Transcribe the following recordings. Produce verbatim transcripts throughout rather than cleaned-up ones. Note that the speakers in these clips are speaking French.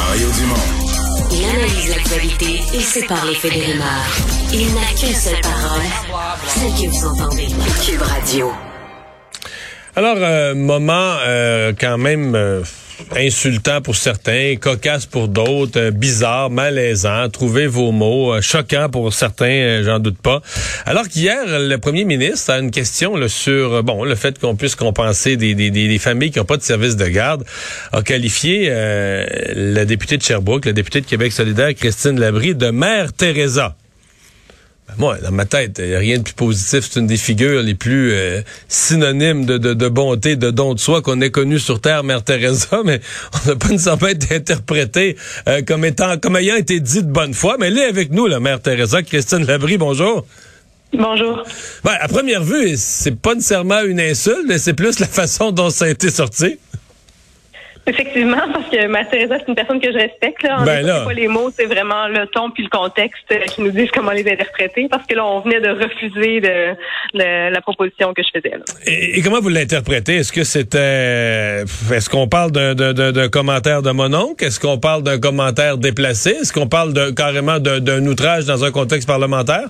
Mario Dumont. Il analyse l'actualité et sépare les faits des rumeurs. Il n'a qu'une seule parole, celle que vous entendez. Cube Radio. Alors, euh, moment euh, quand même euh, insultant pour certains, cocasse pour d'autres, euh, bizarre, malaisant, trouvez vos mots, euh, choquant pour certains, euh, j'en doute pas. Alors qu'hier, le premier ministre a une question là, sur euh, bon le fait qu'on puisse compenser des, des, des, des familles qui n'ont pas de service de garde, a qualifié euh, la députée de Sherbrooke, la députée de Québec solidaire, Christine Labrie, de Mère Teresa. Moi, dans ma tête, il n'y a rien de plus positif. C'est une des figures les plus euh, synonymes de, de, de bonté, de don de soi qu'on ait connu sur Terre, Mère Teresa, mais on n'a pas nécessairement été interprété euh, comme étant, comme ayant été dit de bonne foi. Mais elle est avec nous, la Mère Teresa. Christine Labrie, bonjour. Bonjour. Ben, à première vue, c'est pas nécessairement une insulte, mais c'est plus la façon dont ça a été sorti. Effectivement, parce que Mère Teresa, c'est une personne que je respecte. Là. En ben là. C'est pas les mots, c'est vraiment le ton puis le contexte qui nous disent comment les interpréter. Parce que là, on venait de refuser de, de la proposition que je faisais. Là. Et, et comment vous l'interprétez? Est-ce que c'était... Est-ce qu'on parle d'un, d'un, d'un, d'un commentaire de mon oncle? Est-ce qu'on parle d'un commentaire déplacé? Est-ce qu'on parle de, carrément d'un, d'un outrage dans un contexte parlementaire?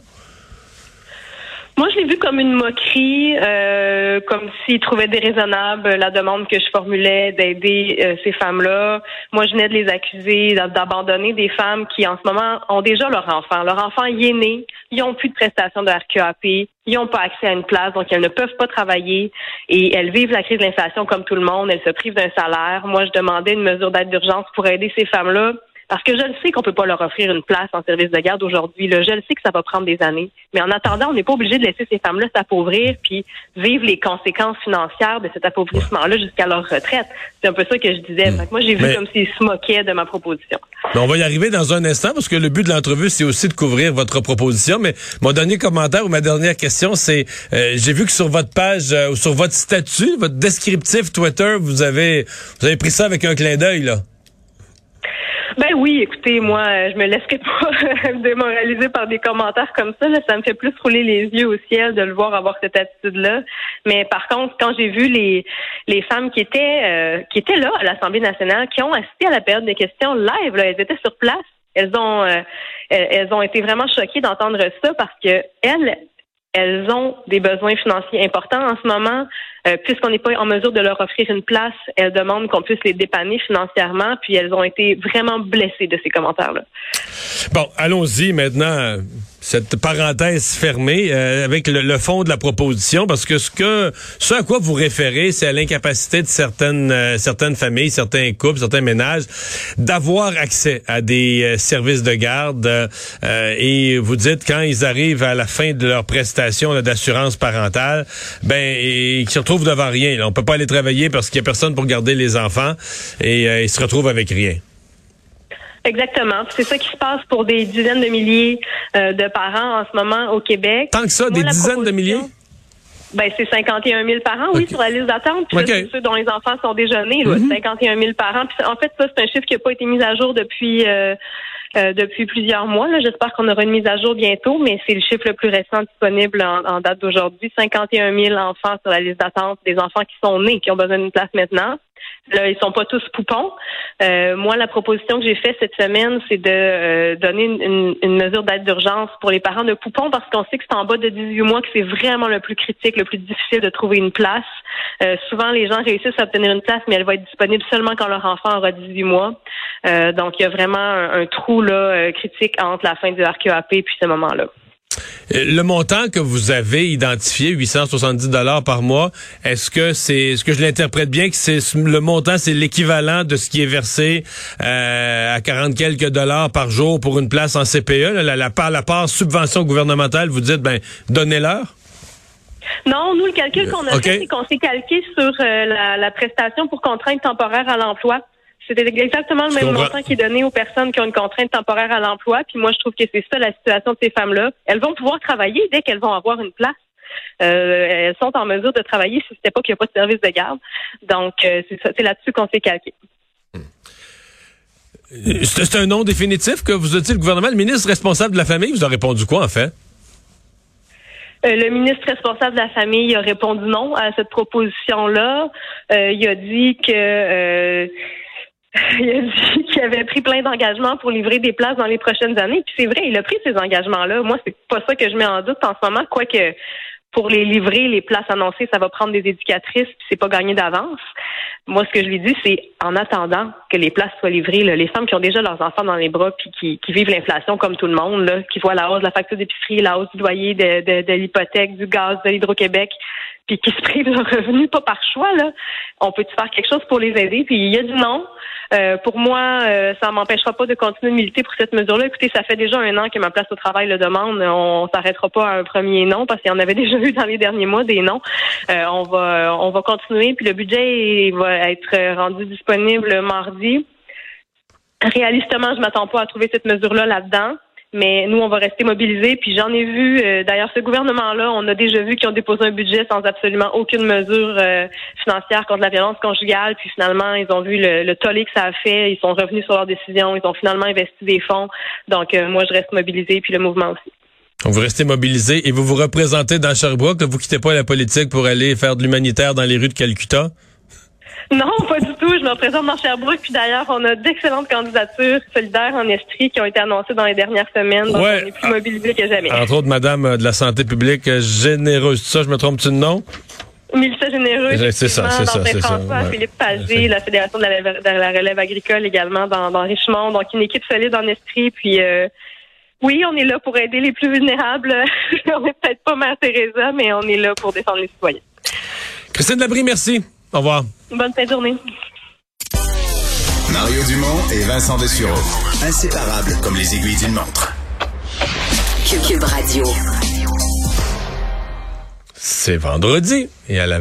Moi, je l'ai vu comme une moquerie, euh, comme s'ils trouvaient déraisonnable la demande que je formulais d'aider euh, ces femmes-là. Moi, je venais de les accuser d'abandonner des femmes qui, en ce moment, ont déjà leur enfant. Leur enfant y est né, ils n'ont plus de prestations de R Q A P, ils n'ont pas accès à une place, donc elles ne peuvent pas travailler et elles vivent la crise de l'inflation comme tout le monde. Elles se privent d'un salaire. Moi, je demandais une mesure d'aide d'urgence pour aider ces femmes-là. Parce que je le sais qu'on peut pas leur offrir une place en service de garde aujourd'hui. Là, je le sais que ça va prendre des années. Mais en attendant, on n'est pas obligé de laisser ces femmes-là s'appauvrir puis vivre les conséquences financières de cet appauvrissement-là jusqu'à leur retraite. C'est un peu ça que je disais. Mmh. Fait que moi, j'ai vu Mais... comme s'ils se moquaient de ma proposition. Mais on va y arriver dans un instant parce que le but de l'entrevue, c'est aussi de couvrir votre proposition. Mais mon dernier commentaire ou ma dernière question, c'est euh, j'ai vu que sur votre page euh, ou sur votre statut, votre descriptif Twitter, vous avez vous avez pris ça avec un clin d'œil, là. Ben oui, écoutez, moi, je me laisserai pas démoraliser par des commentaires comme ça. Là. Ça me fait plus rouler les yeux au ciel de le voir avoir cette attitude-là. Mais par contre, quand j'ai vu les les femmes qui étaient euh, qui étaient là à l'Assemblée nationale, qui ont assisté à la période des questions live, là, elles étaient sur place. Elles ont euh, elles ont été vraiment choquées d'entendre ça parce que elles elles ont des besoins financiers importants en ce moment. Euh, puisqu'on n'est pas en mesure de leur offrir une place, elles demandent qu'on puisse les dépanner financièrement, puis elles ont été vraiment blessées de ces commentaires-là. Bon, allons-y maintenant, cette parenthèse fermée, euh, avec le, le fond de la proposition, parce que ce que ce à quoi vous référez, c'est à l'incapacité de certaines euh, certaines familles, certains couples, certains ménages, d'avoir accès à des euh, services de garde, euh, et vous dites, quand ils arrivent à la fin de leur prestation là, d'assurance parentale, ben, et qu'ils se retrouvent devant rien. Là. On peut pas aller travailler parce qu'il y a personne pour garder les enfants et euh, ils se retrouvent avec rien. Exactement. C'est ça qui se passe pour des dizaines de milliers euh, de parents en ce moment au Québec. Tant que ça, Moi, des dizaines de milliers? Ben, c'est cinquante et un mille par an, oui, okay. sur la liste d'attente. Puis okay. là, c'est ceux dont les enfants sont déjà nés, là, mm-hmm. cinquante et un mille par an. Puis en fait, ça, c'est un chiffre qui n'a pas été mis à jour depuis euh, euh, depuis plusieurs mois. Là. J'espère qu'on aura une mise à jour bientôt, mais c'est le chiffre le plus récent disponible en, en date d'aujourd'hui. cinquante et un mille enfants sur la liste d'attente, des enfants qui sont nés, qui ont besoin d'une place maintenant. Là, ils sont pas tous poupons. Euh, moi, la proposition que j'ai faite cette semaine, c'est de euh, donner une, une, une mesure d'aide d'urgence pour les parents de poupons parce qu'on sait que c'est en bas de dix-huit mois que c'est vraiment le plus critique, le plus difficile de trouver une place. Euh, souvent, les gens réussissent à obtenir une place, mais elle va être disponible seulement quand leur enfant aura dix-huit mois. Euh, donc, il y a vraiment un, un trou là euh, critique entre la fin du R Q A P et puis ce moment-là. Le montant que vous avez identifié, huit cent soixante-dix dollars par mois, est-ce que c'est, est-ce que je l'interprète bien que c'est le montant, c'est l'équivalent de ce qui est versé euh, à quarante quelques dollars par jour pour une place en C P E, la, la part, la part subvention gouvernementale, vous dites, ben, donnez-leur? Non, nous, le calcul qu'on a okay. fait, c'est qu'on s'est calqué sur euh, la, la prestation pour contrainte temporaire à l'emploi. C'était exactement le même montant qui est donné aux personnes qui ont une contrainte temporaire à l'emploi. Puis moi, je trouve que c'est ça la situation de ces femmes-là. Elles vont pouvoir travailler dès qu'elles vont avoir une place. Euh, elles sont en mesure de travailler si c'était pas qu'il n'y a pas de service de garde. Donc, euh, c'est, ça, c'est là-dessus qu'on s'est calqué. C'est, c'est un nom définitif que vous a dit le gouvernement. Le ministre responsable de la famille vous a répondu quoi, en fait? Euh, le ministre responsable de la famille a répondu non à cette proposition-là. Euh, il a dit que... Euh, Il a dit qui avait pris plein d'engagements pour livrer des places dans les prochaines années. Puis c'est vrai, il a pris ces engagements-là. Moi, c'est pas ça que je mets en doute en ce moment, quoique pour les livrer, les places annoncées, ça va prendre des éducatrices, puis c'est pas gagné d'avance. Moi, ce que je lui dis, c'est en attendant que les places soient livrées, là, les femmes qui ont déjà leurs enfants dans les bras puis qui, qui vivent l'inflation comme tout le monde, là, qui voient la hausse de la facture d'épicerie, la hausse du loyer, de, de, de l'hypothèque, du gaz, de l'Hydro-Québec, puis qui se privent de leurs revenus, pas par choix, là. On peut-tu faire quelque chose pour les aider? Puis il y a du non. Euh, pour moi, euh, ça m'empêchera pas de continuer de militer pour cette mesure-là. Écoutez, ça fait déjà un an que ma place au travail le demande. On s'arrêtera pas à un premier non parce qu'il y en avait déjà eu dans les derniers mois des non. Euh, on va, on va continuer. Puis le budget va être rendu disponible mardi. Réalistement, je m'attends pas à trouver cette mesure-là là-dedans. Mais nous, on va rester mobilisés. Puis j'en ai vu, euh, d'ailleurs, ce gouvernement-là, on a déjà vu qu'ils ont déposé un budget sans absolument aucune mesure euh, financière contre la violence conjugale. Puis finalement, ils ont vu le, le tollé que ça a fait. Ils sont revenus sur leurs décisions. Ils ont finalement investi des fonds. Donc, euh, moi, je reste mobilisée, puis le mouvement aussi. Donc, vous restez mobilisés et vous vous représentez dans Sherbrooke. Vous quittez pas la politique pour aller faire de l'humanitaire dans les rues de Calcutta? Non, pas du tout. Je me représente dans Sherbrooke. Puis d'ailleurs, on a d'excellentes candidatures solidaires en Estrie qui ont été annoncées dans les dernières semaines. Donc, ouais. On est plus mobilisés que jamais. Entre autres, Madame de la Santé publique Généreuse. C'est ça, je me trompe-tu de nom? Mélissa Généreuse. C'est ça, c'est ça, c'est ça. Ouais. Philippe Pagé, la Fédération de la, de la relève agricole également dans, dans Richemont. Donc, une équipe solide en Estrie. Puis, euh, oui, on est là pour aider les plus vulnérables. On n'est peut-être pas Mère Teresa, mais on est là pour défendre les citoyens. Christine Labrie, merci. Au revoir. Bonne fin de journée. Mario Dumont et Vincent Dessureau. Inséparables comme les aiguilles d'une montre. Cube Radio. C'est vendredi et à la